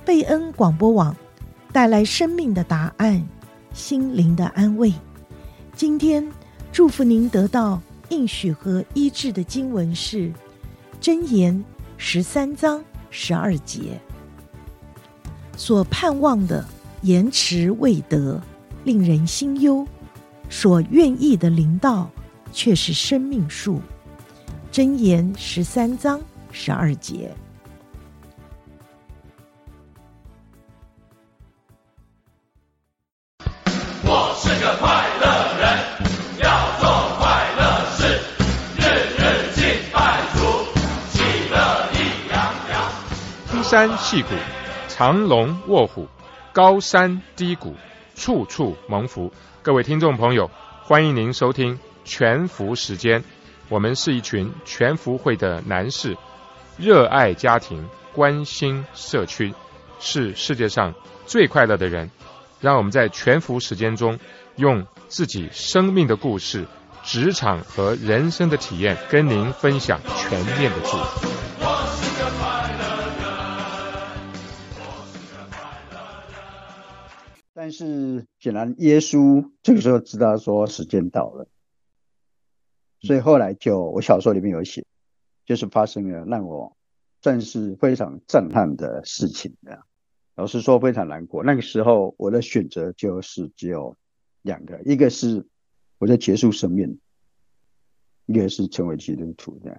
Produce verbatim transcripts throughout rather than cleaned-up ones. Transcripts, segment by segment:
贝恩广播网带来生命的答案，心灵的安慰。今天祝福您得到应许和医治的经文是箴言十三章十二节。所盼望的延迟未得，令人心忧；所愿意的临到，却是生命树。箴言十三章十二节。 我是个快乐人，要做快乐事，日日敬拜主，喜乐意洋洋。 登山戏谷，藏龙卧虎，高山低谷，处处蒙福。各位听众朋友，欢迎您收听全福时间。我们是一群全福会的男士，热爱家庭，关心社区，是世界上最快乐的人。让我们在全福时间中，用自己生命的故事、职场和人生的体验，跟您分享全面的祝福。 但是显然耶稣这个时候知道说时间到了，所以后来就我小说里面有写，就是发生了让我算是非常震撼的事情的。老实说非常难过，那个时候我的选择就是只有两个，一个是我在结束生命，一个是成为基督徒的。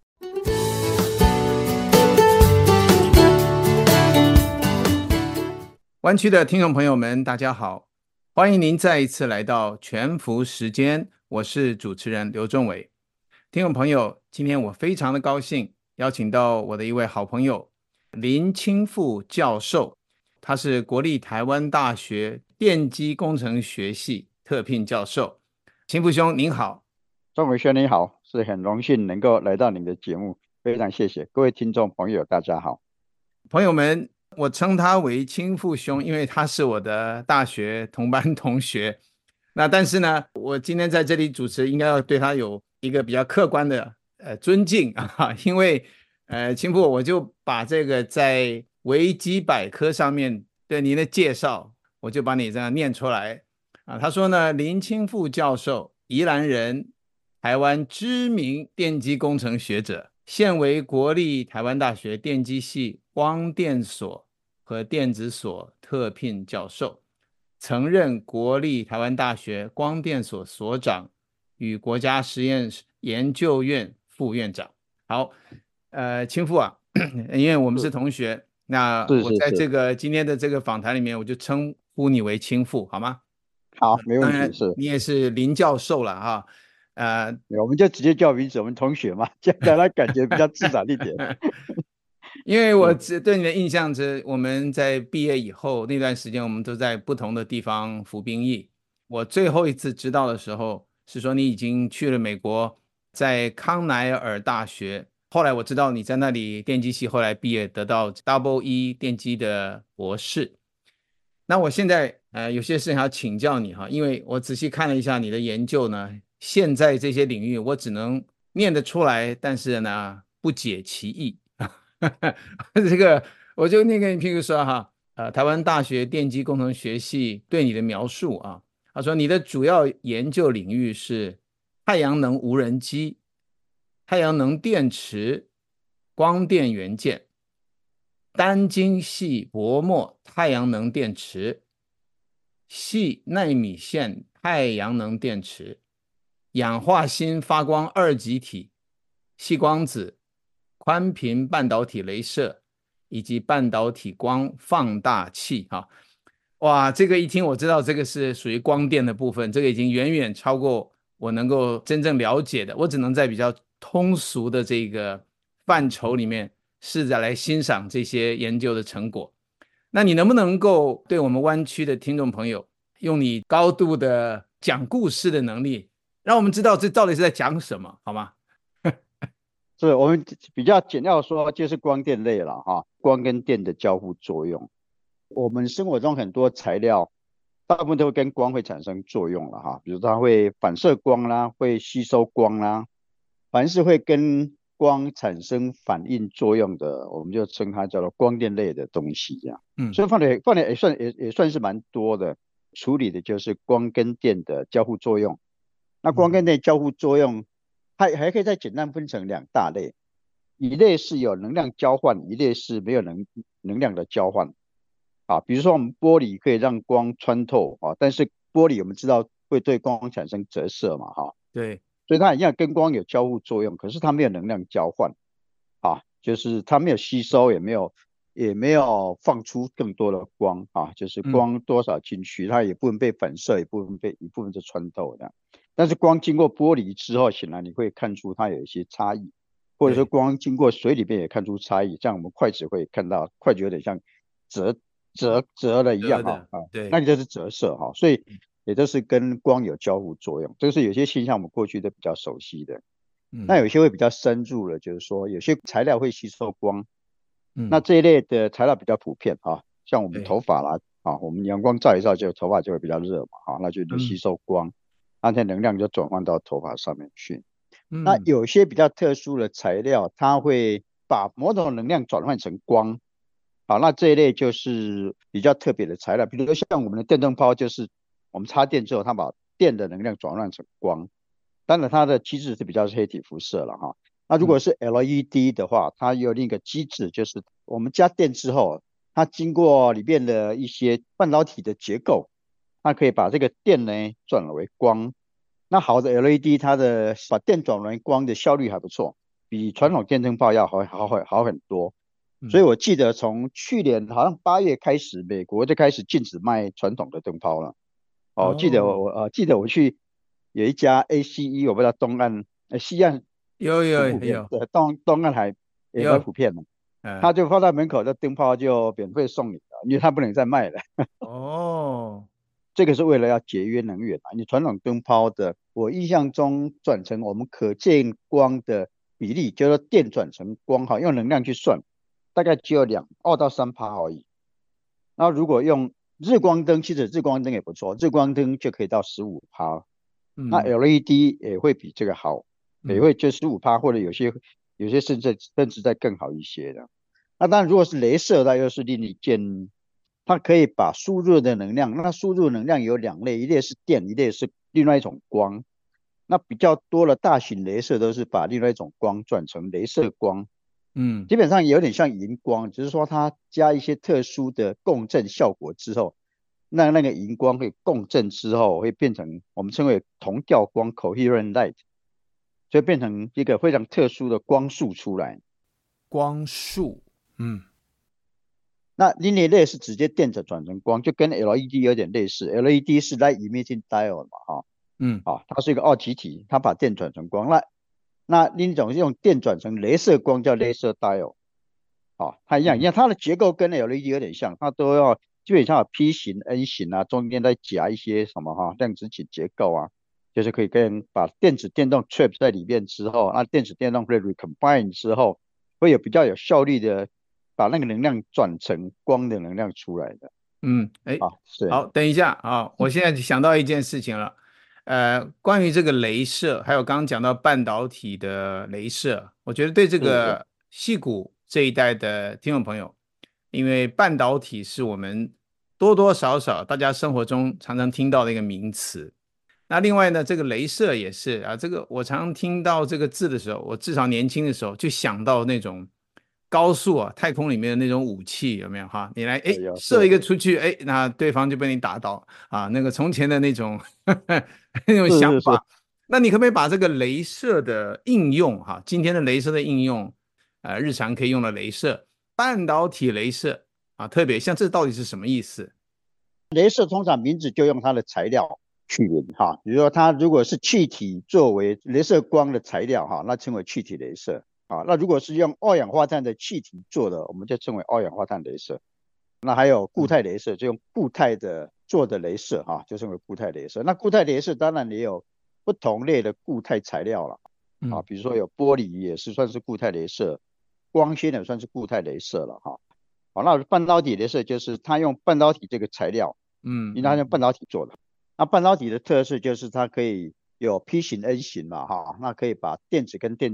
湾区的听众朋友们大家好，欢迎您再一次来到全福时间，我是主持人刘仲伟。听众朋友，今天我非常的高兴邀请到我的一位好朋友林清富教授，他是国立台湾大学电机工程学系特聘教授。清富兄您好。 仲伟兄你好，是很荣幸能够来到你的节目，非常谢谢。各位听众朋友大家好。 朋友们，我称他为清富兄，因为他是我的大学同班同学。那但是呢，我今天在这里主持，应该要对他有一个比较客观的呃尊敬啊，因为呃清富，我就把这个在维基百科上面对您的介绍，我就把你这样念出来啊。他说呢，林清富教授，宜兰人，台湾知名电机工程学者，现为国立台湾大学电机系光电所和电子所特聘教授，曾任国立台湾大学光电所所长与国家实验研究院副院长。好，呃，清富啊，因为我们是同学，那我在这个今天的这个访谈里面，我就称呼你为清富，好吗？ 好，没问题。是你也是林教授了哈。呃， 我们就直接叫名字，我们同学嘛，这样让他感觉比较自然一点。 因为我对你的印象是，我们在毕业以后那段时间，我们都在不同的地方服兵役。我最后一次知道的时候，是说你已经去了美国，在康奈尔大学。后来我知道你在那里电机系，后来毕业得到 Double E 电机的博士。那我现在呃有些事情要请教你哈，因为我仔细看了一下你的研究呢，现在这些领域我只能念得出来，但是呢不解其意。这个我就念给你，譬如说哈，呃，台湾大学电机工程学系对你的描述啊，他说你的主要研究领域是太阳能无人机、太阳能电池、光电元件、单晶系薄膜太阳能电池、细奈米线太阳能电池、氧化锌发光二极体、细光子、宽频半导体雷射以及半导体光放大器啊。哇，这个一听我知道这个是属于光电的部分，这个已经远远超过我能够真正了解的，我只能在比较通俗的这个范畴里面试着来欣赏这些研究的成果。那你能不能够对我们湾区的听众朋友，用你高度的讲故事的能力，让我们知道这到底是在讲什么，好吗？ 是我们比较简要说，就是光电类了哈，光跟电的交互作用。我们生活中很多材料，大部分都会跟光会产生作用了哈，比如它会反射光啦，会吸收光啦，凡是会跟光产生反应作用的，我们就称它叫做光电类的东西这样。 嗯， 所以放的放的也算也也算是蛮多的，处理的就是光跟电的交互作用。那光跟电交互作用，还还可以再简单分成两大类，一类是有能量交换，一类是没有能能量的交换。啊，比如说我们玻璃可以让光穿透啊，但是玻璃我们知道会对光产生折射嘛，哈， 对， 所以它一样跟光有交互作用，可是它没有能量交换啊，就是它没有吸收，也没有也没有放出更多的光啊，就是光多少进去，它也不能被反射，也不能被一部分就穿透的。但是光经过玻璃之后，显然你会看出它有一些差异，或者说光经过水里面也看出差异，像我们筷子会看到筷子有点像折折折了一样哈啊， 对， 那个就是折射哈，所以也都是跟光有交互作用。这个是有些现象我们过去都比较熟悉的。 嗯， 那有些会比较深入了，就是说有些材料会吸收光， 嗯， 那这一类的材料比较普遍啊，像我们对头发啦啊，我们阳光照一照就头发就会比较热嘛，啊，那就就吸收光，那些能量就转换到头发上面去。 嗯， 那有些比较特殊的材料，它会把某种能量转换成光。好，那这一类就是比较特别的材料，比如说像我们的电灯泡，就是我们插电之后，它把电的能量转换成光。当然，它的机制是比较是黑体辐射了哈。那如果是 L E D 的话，它有另一个机制，就是我们加电之后，它经过里面的一些半导体的结构，它可以把这个电呢转为光。那好的 L E D， 它的把电转为光的效率还不错，比传统电灯泡要好好好好很多。所以我记得从去年好像八月开始，美国就开始禁止卖传统的灯泡了。哦，我记得我我呃记得我去有一家 A C E， 我不知道东岸呃西岸有有普普遍， 有对，东东岸还也蛮普遍的。他就放在门口的灯泡就免费送你了，因为他不能再卖了。 哦， 这个是为了要节约能源啊。你传统灯泡的，我印象中转成我们可见光的比例，就是说电转成光哈，用能量去算，大概只有两二到三趴而已。那如果用日光灯，其实日光灯也不错，日光灯就可以到十五趴。那 L E D 也会比这个好，也会就十五趴，或者有些有些甚至甚至再更好一些的。那当然，如果是雷射，那又是另一件，它可以把输入的能量，那输入能量有两类，一类是电，一类是另外一种光。那比较多的大型雷射都是把另外一种光转成雷射光。 嗯， 基本上有点像荧光，只是说它加一些特殊的共振效果之后，那那个荧光会共振之后会变成我们称为同调光 （coherent light）， 所以变成一个非常特殊的光束出来。 光束，嗯， 那另一类是直接电子转成光，就跟 L E D 有点类似。L E D 是 light emitting diode 嘛，哈， 嗯， 啊，它是一个二极体，它把电转成光。那那另一种是用电转成镭射光，叫镭射 diode。哦，它一样一样，它的结构跟 L E D 有点像，它都要基本上有 P 型、N 型啊，中间再夹一些什么哈量子体结构啊，就是可以跟把电子电动 trap 在里面之后，那电子电动会 recombine 之后，会有比较有效率的把那个能量转成光的能量出来的。 嗯，哎， 啊，是， 好，等一下啊，我现在想到一件事情了，呃，关于这个雷射，还有刚刚讲到半导体的雷射，我觉得对这是是个矽谷这一代的听众朋友，因为半导体是我们多多少少大家生活中常常听到的一个名词。那另外呢，这个雷射也是啊，这个我常常听到这个字的时候，我至少年轻的时候就想到那种高速啊，太空里面的那种武器有没有哈？你来哎有射一个出去，哎，那对方就被你打倒啊，那个从前的那种呵呵那种是是是。 想法。那你可不可以把这个雷射的应用哈，今天的雷射的应用，呃，日常可以用的雷射，半导体雷射啊，特别像这到底是什么意思？ 雷射通常名字就用它的材料去名哈，比如说它如果是气体作为雷射光的材料哈，那称为气体雷射啊。那如果是用二氧化碳的气体做的，我们就称为二氧化碳雷射。那还有固态雷射，就用固态的做的雷射哈，就称为固态雷射。那固态雷射当然也有不同类的固态材料了啊，比如说有玻璃也是算是固态雷射，光纤也算是固态雷射了哈。好，那半导体雷射就是它用半导体这个材料， 嗯， 因为它用半导体做的。那半导体的特色就是它可以有 P 型、N 型嘛，哈，那可以把电子跟电动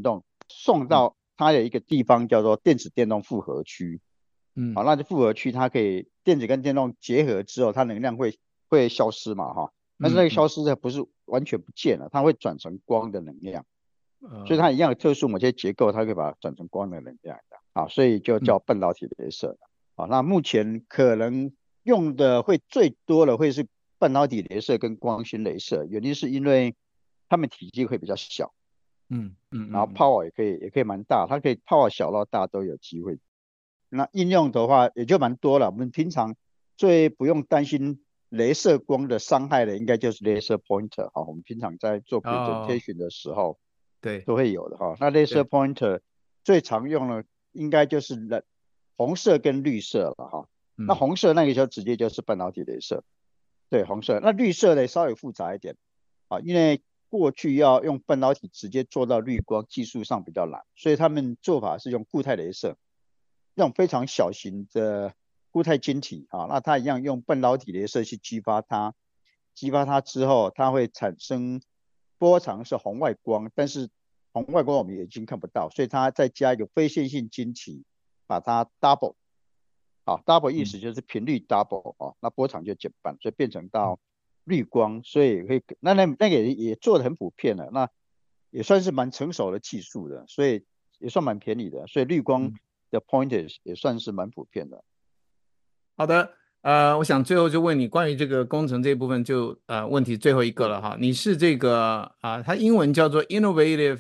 送到它有一个地方叫做电子电动复合区。 嗯， 好，那这复合区它可以电子跟电动结合之后，它能量会会消失嘛哈，但是那个消失的不是完全不见了，它会转成光的能量， 嗯、 所以它一样的特殊某些结构，它可以把它转成光的能量的，好，所以就叫半导体雷射。好，那目前可能用的会最多的会是半导体雷射跟光纤雷射，原因是因为它们体积会比较小， 嗯嗯， 然后 power 也可以也可以蛮大，它可以 power 小到大都有机会。那应用的话也就蛮多了。我们平常最不用担心雷射光的伤害的，应该就是 laser pointer 哈。我们平常在做 presentation 的时候， 对， 都会有的哈。那 laser pointer 最常用的应该就是红色跟绿色了哈。那红色那个时候直接就是半导体雷射，对，红色。那绿色的稍微复杂一点啊，因为过去要用半导体直接做到绿光，技术上比较难，所以他们做法是用固态雷射。那种非常小型的固态晶体啊，那它一样用半导体雷射去激发它，激发它之后，它会产生波长是红外光，但是红外光我们眼睛看不到，所以它再加一个非线性晶体，把它 double， 啊 double 意思就是频率 double 啊，那波长就减半，所以变成到绿光，所以会那那那个也也做得很普遍了，那也算是蛮成熟的技术的，所以也算蛮便宜的，所以绿光的 pointers 也算是蛮普遍的。 好的，呃，我想最后就问你关于这个工程这一部分就呃问题最后一个了哈，你是这个啊、呃，它英文叫做 Innovative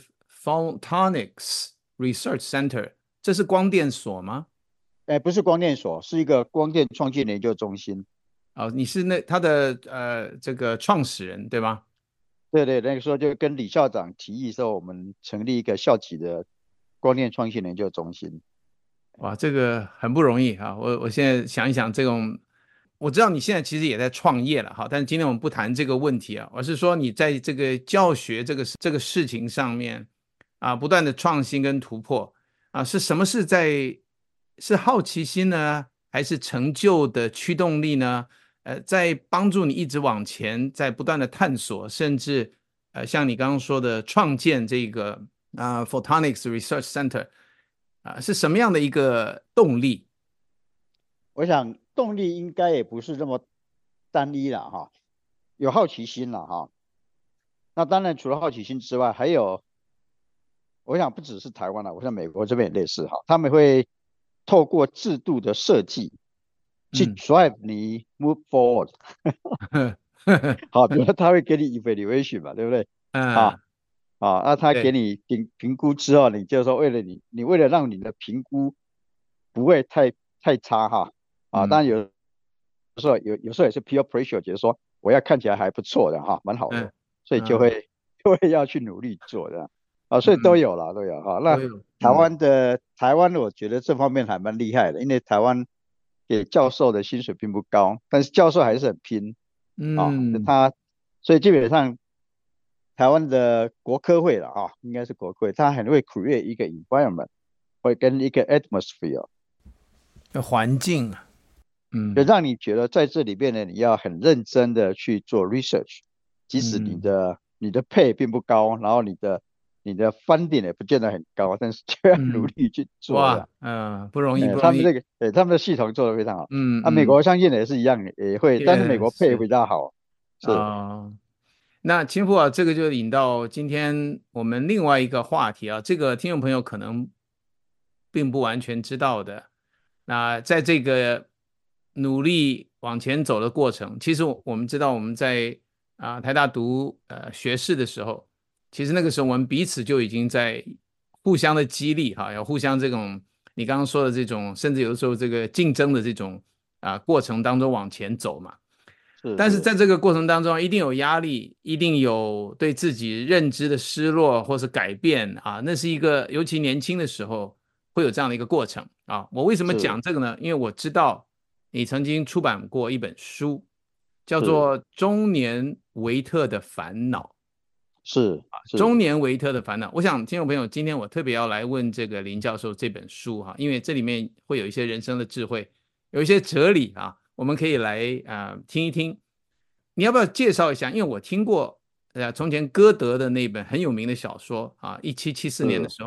Photonics Research Center， 这是光电所吗？ 哎，不是光电所，是一个光电创新研究中心。 哦，你是那他的呃这个创始人对吧？ 对对，那个时候就跟李校长提议说，我们成立一个校企的光电创新研究中心。 哇，这个很不容易啊！我我现在想一想，这种我知道你现在其实也在创业了哈，但是今天我们不谈这个问题啊，而是说你在这个教学这个这个事情上面啊，不断的创新跟突破啊，是什么是在是好奇心呢，还是成就的驱动力呢？呃，在帮助你一直往前，在不断的探索，甚至呃，像你刚刚说的创建这个啊、呃、Photonics Research Center。啊，是什么样的一个动力？ 我想动力应该也不是这么单一了哈，有好奇心了哈。那当然除了好奇心之外，还有，我想不只是台湾了，我想美国这边也类似哈，他们会透过制度的设计去 drive 你 move forward。好，比如说他会给你 evaluation 嘛，对不对？啊。啊，那他给你评评估之后，你就说为了你，你为了让你的评估不会太太差哈，啊，当然有时候有有时候也是 peer pressure， 觉得说我要看起来还不错的哈，蛮好的，所以就会就会要去努力做的，啊，所以都有了都有哈。那台湾的台湾，我觉得这方面还蛮厉害的，因为台湾给教授的薪水并不高，但是教授还是很拼，啊，他所以基本上。台湾的国科会了啊，应该是国科会，他很会 create 一个 environment， 会跟一个 atmosphere 环境啊，嗯， 就让你觉得在这里面呢，你要很认真的去做 research， 即使你的、嗯、你的 pay 并不高，然后你的你的 funding 也不见得很高，但是就要努力去做。 哇，嗯、呃，不容易，不容易。 他们这个，对，他们的系统做得非常好。 嗯， 啊，美国相信也是一样，也会，但是美国 pay 比较好。是啊。 呃那秦副啊，这个就引到今天我们另外一个话题啊，这个听众朋友可能并不完全知道的。那在这个努力往前走的过程，其实我们知道我们在啊台大读呃学士的时候，其实那个时候我们彼此就已经在互相的激励哈，要互相这种你刚刚说的这种，甚至有的时候这个竞争的这种啊过程当中往前走嘛。但是在这个过程当中，一定有压力，一定有对自己认知的失落或是改变啊，那是一个尤其年轻的时候会有这样的一个过程啊。我为什么讲这个呢？因为我知道你曾经出版过一本书，叫做《中年维特的烦恼》。 是啊，中年维特的烦恼。我想听众朋友，今天我特别要来问这个林教授这本书哈，因为这里面会有一些人生的智慧，有一些哲理啊。我们可以来啊、呃、听一听，你要不要介绍一下？因为我听过呃从前歌德的那本很有名的小说啊，一七七四年的时候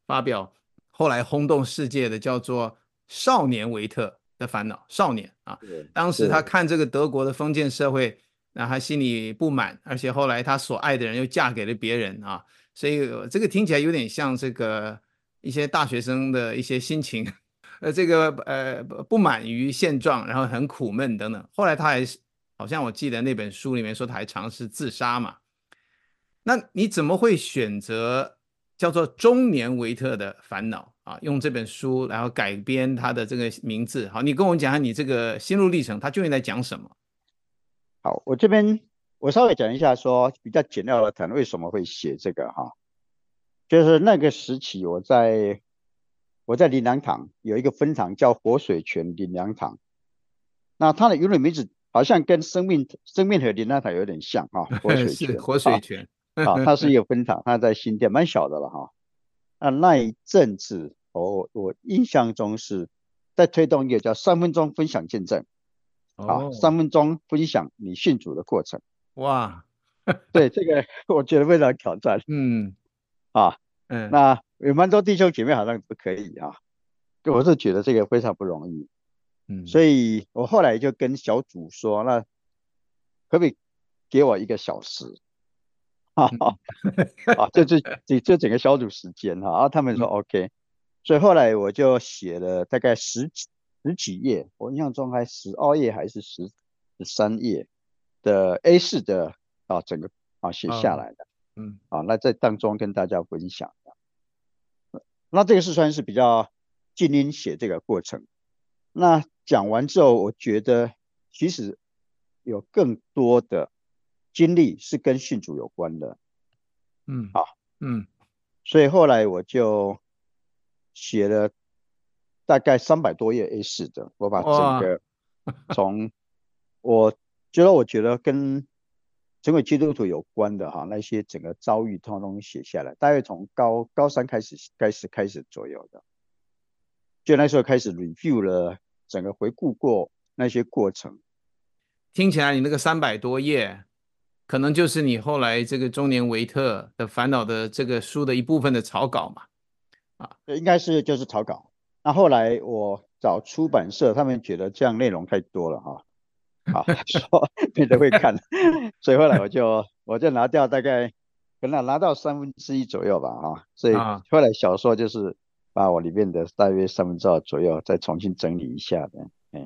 发表后来轰动世界的叫做少年维特的烦恼。少年啊，当时他看这个德国的封建社会，那他心里不满，而且后来他所爱的人又嫁给了别人啊，所以这个听起来有点像这个一些大学生的一些心情。呃，这个呃不满于现状，然后很苦闷等等。后来他还是好像我记得那本书里面说他还尝试自杀嘛。那你怎么会选择叫做中年维特的烦恼啊？用这本书然后改编他的这个名字。好，你跟我讲下你这个心路历程，他究竟在讲什么？ 好，我这边我稍微讲一下说比较简要的谈为什么会写这个哈，就是那个时期我在。我在林良堂有一个分堂叫活水泉林良堂，那它的原本名字好像跟生命生命和林良堂有点像哈，活水泉是活水泉啊，它是一个分堂，它在新店蛮小的了哈。那那一阵子，我我印象中是在推动一个叫三分钟分享见证啊，三分钟分享你信主的过程。 哇， 对这个我觉得非常挑战， 嗯啊， 嗯， 那有蛮多弟兄姐妹好像都可以啊，我是觉得这个非常不容易， 嗯， 所以我后来就跟小组说，那可不可以给我一个小时？哈哈，啊，这这这这整个小组时间哈，然后他们说 OK， 所以后来我就写了大概十几十几页，我印象中还十二页还是十十三页的 A 四 的啊，整个啊写下来的， 嗯， 啊，那在当中跟大家分享的。那这个是算是比较静音写这个过程。那讲完之后，我觉得其实有更多的经历是跟信主有关的， 嗯， 好， 嗯， 所以后来我就写了大概三百多页 A 四 的，我把整哇， 个从我觉得我觉得跟成为基督徒有关的哈那些整个遭遇通通写下来，大概从高高三开始开始开始左右的，就那时候开始 review 了整个回顾过那些过程。 听起来你那个三百多页，可能就是你后来这个中年维特的烦恼的这个书的一部分的草稿嘛？啊， 应该是就是草稿。那后来我找出版社，他们觉得这样内容太多了哈，啊，说没人会看，所以后来我就我就拿掉大概可能拿到三分之一左右吧啊，所以啊， 后来小说就是把我里面的大约三分之二左右再重新整理一下的，嗯。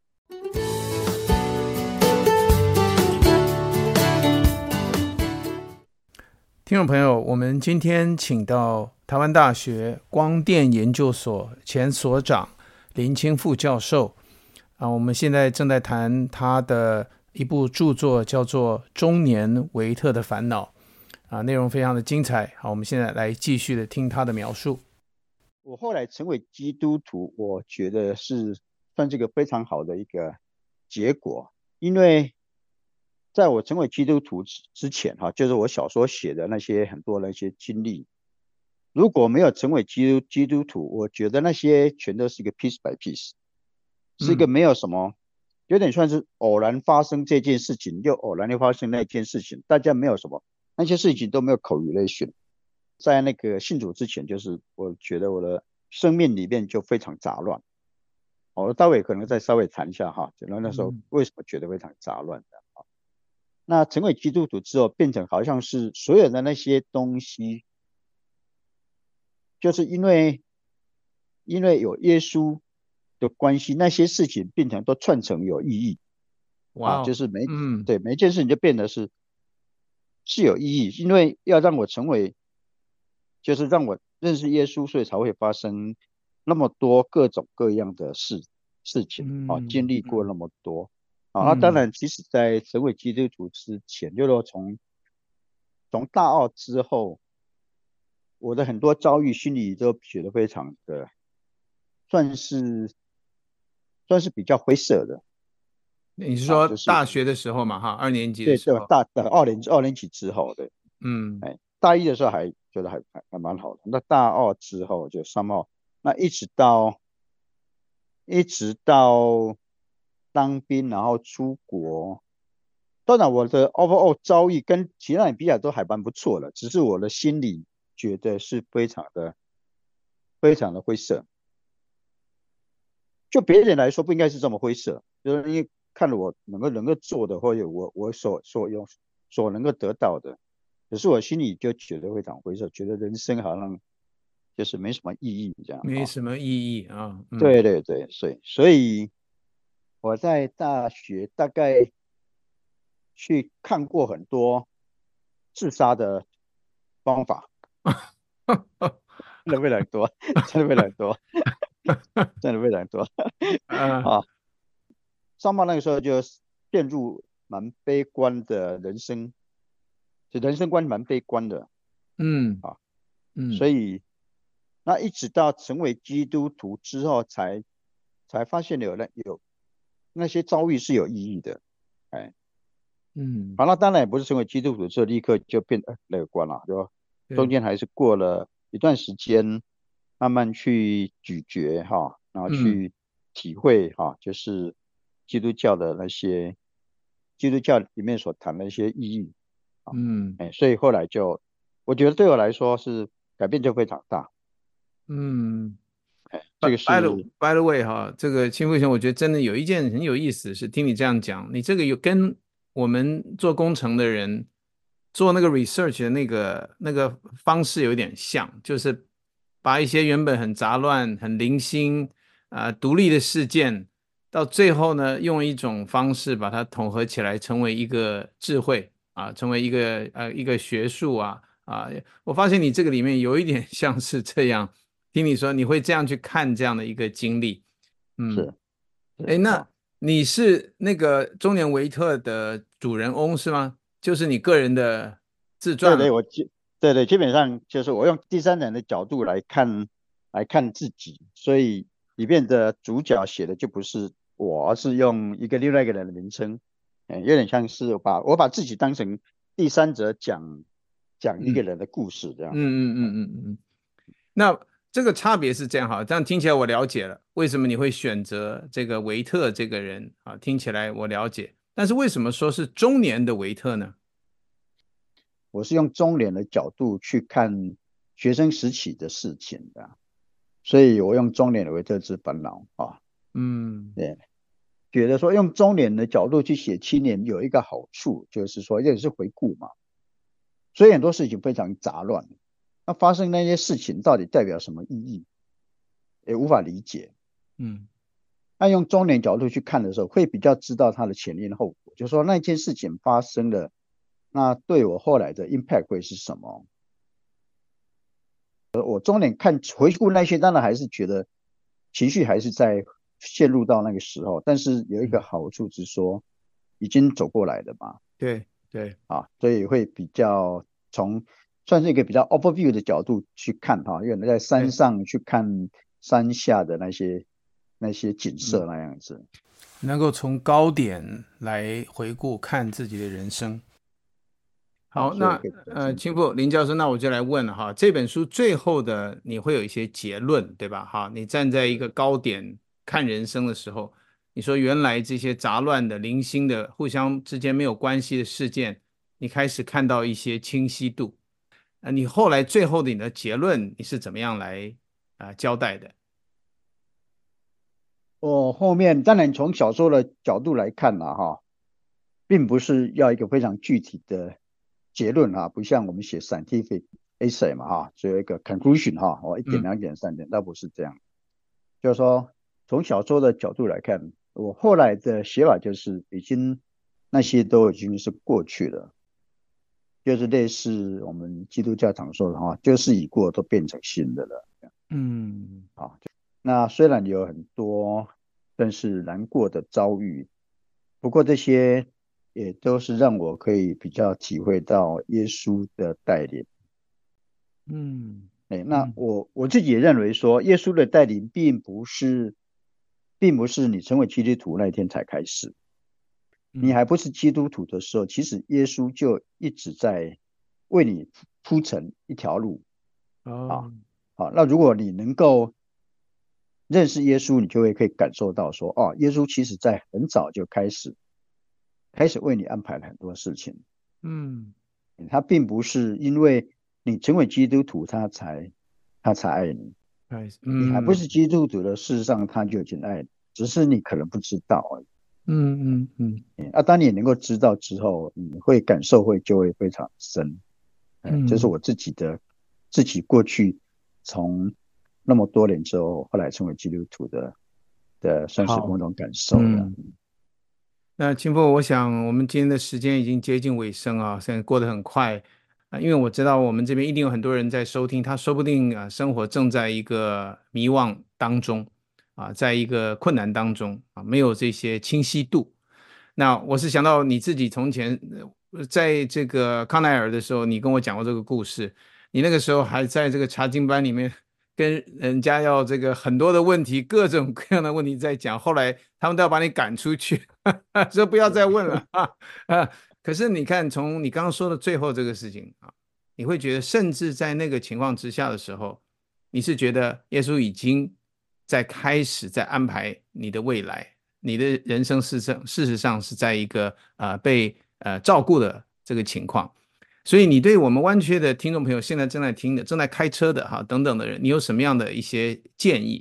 听众朋友，我们今天请到台湾大学光电研究所前所长林清富教授啊，我们现在正在谈他的一部著作，叫做《中年维特的烦恼》啊，内容非常的精彩。好，我们现在来继续的听他的描述。 我后来成为基督徒，我觉得是算是个非常好的一个结果，因为在我成为基督徒之前哈，就是我小说写的那些很多那些经历，如果没有成为基督基督徒，我觉得那些全都是一个 piece by piece， 是一个没有什么，有点算是偶然发生这件事情，又偶然又发生那件事情，大家没有什么，那些事情都没有correlation。在那个信主之前，就是我觉得我的生命里面就非常杂乱。我待会可能再稍微谈一下哈，然后那时候为什么觉得非常杂乱的啊？那成为基督徒之后，变成好像是所有的那些东西，就是因为因为有耶稣的关系，那些事情变成都串成有意义啊， 哇哦， 就是每嗯， 对每一件事情就变得是是有意义，因为要让我成为，就是让我认识耶稣，所以才会发生那么多各种各样的事事情啊， 嗯经历过那么多啊。那当嗯然，其实在成为基督徒之前，就是说从从大奥之后，我的很多遭遇心里都觉得非常的，算是算是比较灰色的啊， 你是说就是大学的时候嘛？哈，二年级的对对吧？ 时候， 大的二年二年级之后的， 嗯哎，大一的时候还觉得还还还蛮好的，那大二之后就三号，那一直到一直到当兵，然后出国。当然，我的 overall 遭遇跟其他人比起来都还蛮不错的，只是我的心里觉得是非常的非常的灰色。就别人来说不应该是这么灰色，就是因为看了我能够能够做的，或者我我所所用所能够得到的，可是我心里就觉得非常灰色，觉得人生好像就是没什么意义这样啊。 没什么意义啊。嗯， 对对对，所以所以我在大学大概去看过很多自杀的方法，真的非常多，真的非常多，真的非常多呃， 啊。上班那个时候就陷入蛮悲观的人生，就人生观蛮悲观的嗯啊， 嗯所以那一直到成为基督徒之后才，才发现有那有那些遭遇是有意义的。哎， 嗯， 好，那当然也不是成为基督徒之后立刻就变得乐观了，对吧？中对， 间还是过了一段时间，慢慢去咀嚼哈，然后嗯去体会哈，就是基督教的那些基督教里面所谈的一些意义啊。 嗯哎，所以后来就我觉得对我来说是改变就非常大。 嗯。 这 By 个 by the 是 by the way 哈，这个秦富雄，我觉得真的有一件很有意思的是，听你这样讲，你这个有跟我们做工程的人做那个 research 的那个那个方式有点像，就是把一些原本很杂乱、很零星啊、呃独立的事件，到最后呢，用一种方式把它统合起来，成为一个智慧啊，成为一个呃一个学术啊啊，我发现你这个里面有一点像是这样。听你说你会这样去看这样的一个经历。嗯， 是是哎，那啊。 你是那个中年维特的主人翁是吗？就是你个人的自传嘛？ 对对，我基对对，基本上就是我用第三人的角度来看来看自己，所以里面的主角写的就不是我，而是用一个另外一个人的名称，嗯，有点像是把我把自己当成第三者讲讲一个嗯人的故事这嗯样。 嗯嗯嗯嗯。那这个差别是这样哈，这样听起来我了解了，为什么你会选择这个维特这个人啊？听起来我了解，但是为什么说是中年的维特呢？ 我是用中年的角度去看学生时期的事情的，所以我用中年为特质烦恼啊。 嗯对，觉得说用中年的角度去写青年有一个好处，就是说也是回顾嘛，所以很多事情非常杂乱，那发生那些事情到底代表什么意义，也无法理解。 嗯那用中年角度去看的时候，会比较知道它的前因后果，就是说那件事情发生了，那对我后来的 impact 会是什么？呃我中年看回顾那些，当然还是觉得情绪还是在陷入到那个时候，但是有一个嗯， 好处是说，已经走过来了嘛。 对对， 啊，所以会比较从算是一个比较 overview 的角度去看哈，因为在山对， 上去看山下的那些那些景色嗯。 那样子。 能够从高点来回顾看自己的人生。 啊， 好，那所以可以比较呃， 清楚。 青富林教授，那我就来问了哈，这本书最后的你会有一些结论，对吧？哈，你站在一个高点看人生的时候，你说原来这些杂乱的、零星的、互相之间没有关系的事件，你开始看到一些清晰度。呃，你后来最后的你的结论，你是怎么样来啊、呃交代的？ 我后面当然从小说的角度来看了哈，并不是要一个非常具体的结论啊，不像我们写 scientific essay 嘛哈，只有一个 conclusion 哈，我一点、 嗯两点、三点，倒不是这样。就是说，从小说的角度来看，我后来的写法就是已经那些都已经是过去了，就是类似我们基督教常说的哈，就是已过都变成新的了。 嗯啊，那虽然有很多但是难过的遭遇，不过这些也都是让我可以比较体会到耶稣的带领。 嗯哎，那嗯我我自己也认为说，耶稣的带领并不是，并不是你成为基督徒那一天才开始，你嗯， 还不是基督徒的时候，其实耶稣就一直在为你铺成一条路啊。 哦， 好，那如果你能够认识耶稣，你就会可以感受到说，哦，耶稣其实在很早就开始开始为你安排了很多事情， 嗯他并不是因为你成为基督徒他才他才爱你， 你还不嗯是基督徒的，事实上他就已经爱你，只是你可能不知道而已。 嗯嗯嗯啊，当你能够知道之后，你会感受会就会非常深。嗯，这是嗯， 我自己的自己过去从那么多年之后，后来成为基督徒的的算是某好， 种感受了。 嗯。那清波，我想我们今天的时间已经接近尾声啊，现在过得很快啊，因为我知道我们这边一定有很多人在收听，他说不定啊，生活正在一个迷惘当中啊，在一个困难当中啊，没有这些清晰度。那我是想到你自己从前呃在这个康奈尔的时候，你跟我讲过这个故事，你那个时候还在这个查经班里面跟人家要这个很多的问题，各种各样的问题在讲，后来他们都要把你赶出去，说不要再问了啊啊！可是你看，从你刚刚说的最后这个事情啊，你会觉得，甚至在那个情况之下的时候，你是觉得耶稣已经在开始在安排你的未来，你的人生事实事实上是在一个呃被呃照顾的这个情况。所以你对我们湾区的听众朋友，现在正在听的、正在开车的哈等等的人，你有什么样的一些建议？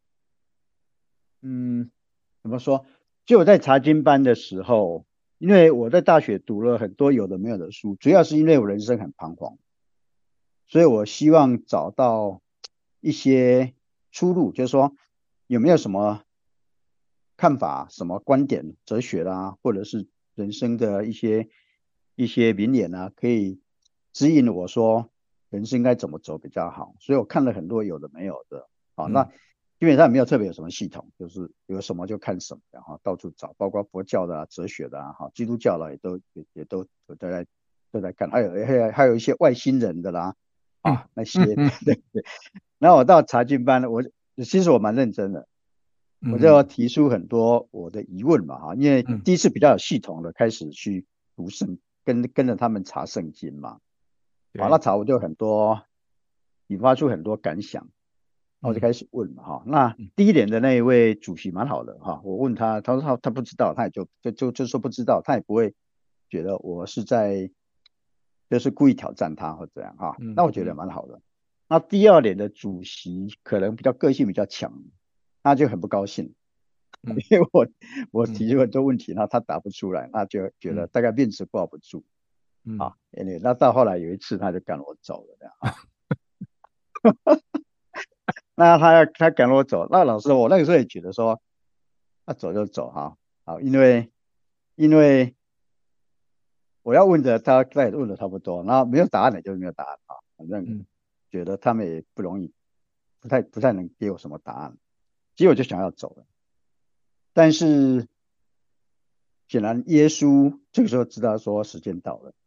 嗯，怎么说？就我在查经班的时候，因为我在大学读了很多有的没有的书，主要是因为我人生很彷徨，所以我希望找到一些出路，就是说有没有什么看法、什么观点、哲学啦，或者是人生的一些一些名言啊，可以指引我说人生应该怎么走比较好。所以我看了很多有的没有的，啊，那嗯基本上没有特别有什么系统，就是有什么就看什么，然后到处找，包括佛教的啊、哲学的啊、哈、基督教的也都也也都都在都在看，还有还有还有一些外星人的啦， 嗯啊那些， 嗯嗯对对。然后我到查经班，我其实我蛮认真的，我就要嗯提出很多我的疑问嘛，哈，因为嗯， 第一次比较有系统的开始去读圣，跟跟着他们查圣经嘛，好，那对， 查我就很多引发出很多感想。那我就嗯开始问嘛，哈，那嗯第一年的那一位主席蛮好的哈，我问他，他说他他不知道，他也就就就就说不知道，他也不会觉得我是在就是故意挑战他或这样哈，那我觉得嗯嗯蛮好的。那第二年的主席可能比较个性比较强，他就很不高兴， 嗯因为我我嗯提出很多问题，那他答不出来，那就觉得嗯大概面子挂不住嗯啊。anyway，那到后来有一次他就赶我走了这样啊。那他要他赶我走，那老师我那个时候也觉得说，那走就走哈，好，因为因为我要问的他他也问的差不多，然后没有答案的就没有答案啊，反正嗯觉得他们也不容易，不太不太能给我什么答案，结果就想要走了，但是显然耶稣这个时候知道说时间到了，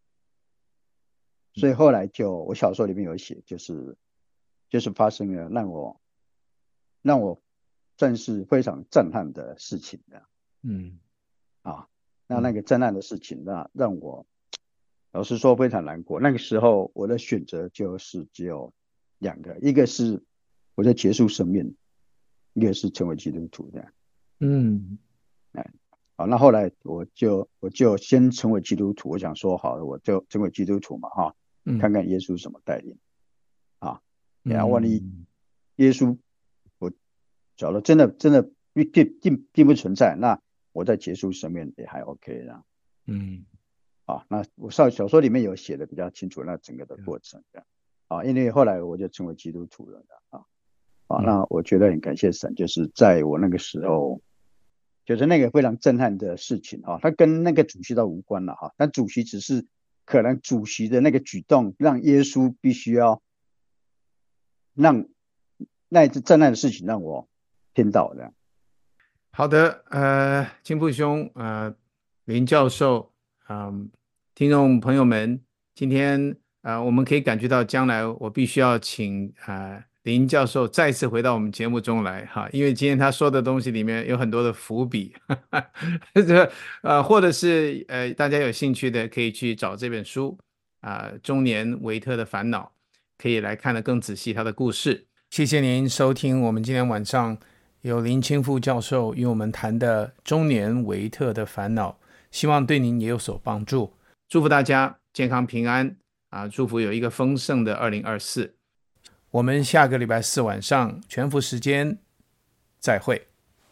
所以后来就我小说里面有写，就是就是发生了让我让我算是非常震撼的事情的嗯啊。那那嗯个震撼的事情，那让我老实说非常难过。那个时候我的选择就是只有两个，一个是我在结束生命，一个是成为基督徒这样。 嗯哎，好，那后来我就我就先成为基督徒，我想说好了，我就成为基督徒嘛哈， 嗯看看耶稣怎么带领啊。然后万一嗯耶稣我找了真的真的并并并不存在，那我在结束生命也还 OK 的嗯啊。那我上小说里面有写的比较清楚，那整个的过程这样啊。因为后来我就成为基督徒了啊啊。 嗯那我觉得很感谢神，就是在我那个时候。就是那个非常震撼的事情啊，它跟那个主席倒无关了哈，但主席只是可能主席的那个举动让耶稣必须要让那一次震撼的事情让我听到的。 好的，呃，金布兄，呃，林教授，嗯、听众朋友们，今天呃，我们可以感觉到将来我必须要请呃林教授再次回到我们节目中来哈，因为今天他说的东西里面有很多的伏笔，这呃，或者是呃大家有兴趣的可以去找这本书啊、中年维特的烦恼》，可以来看得更仔细他的故事。谢谢您收听我们今天晚上由林清富教授与我们谈的中年维特的烦恼，希望对您也有所帮助。祝福大家健康平安啊！祝福有一个丰盛的二零二四。 我们下个礼拜四晚上全福时间再会。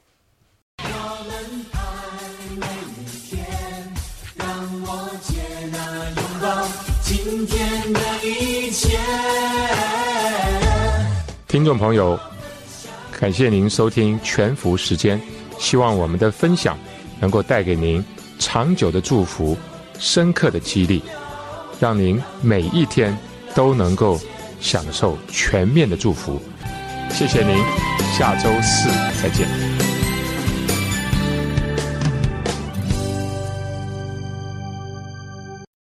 今天的一切。 听众朋友，感谢您收听全福时间，希望我们的分享能够带给您长久的祝福，深刻的激励，让您每一天都能够享受全面的祝福。谢谢您，下周四再见。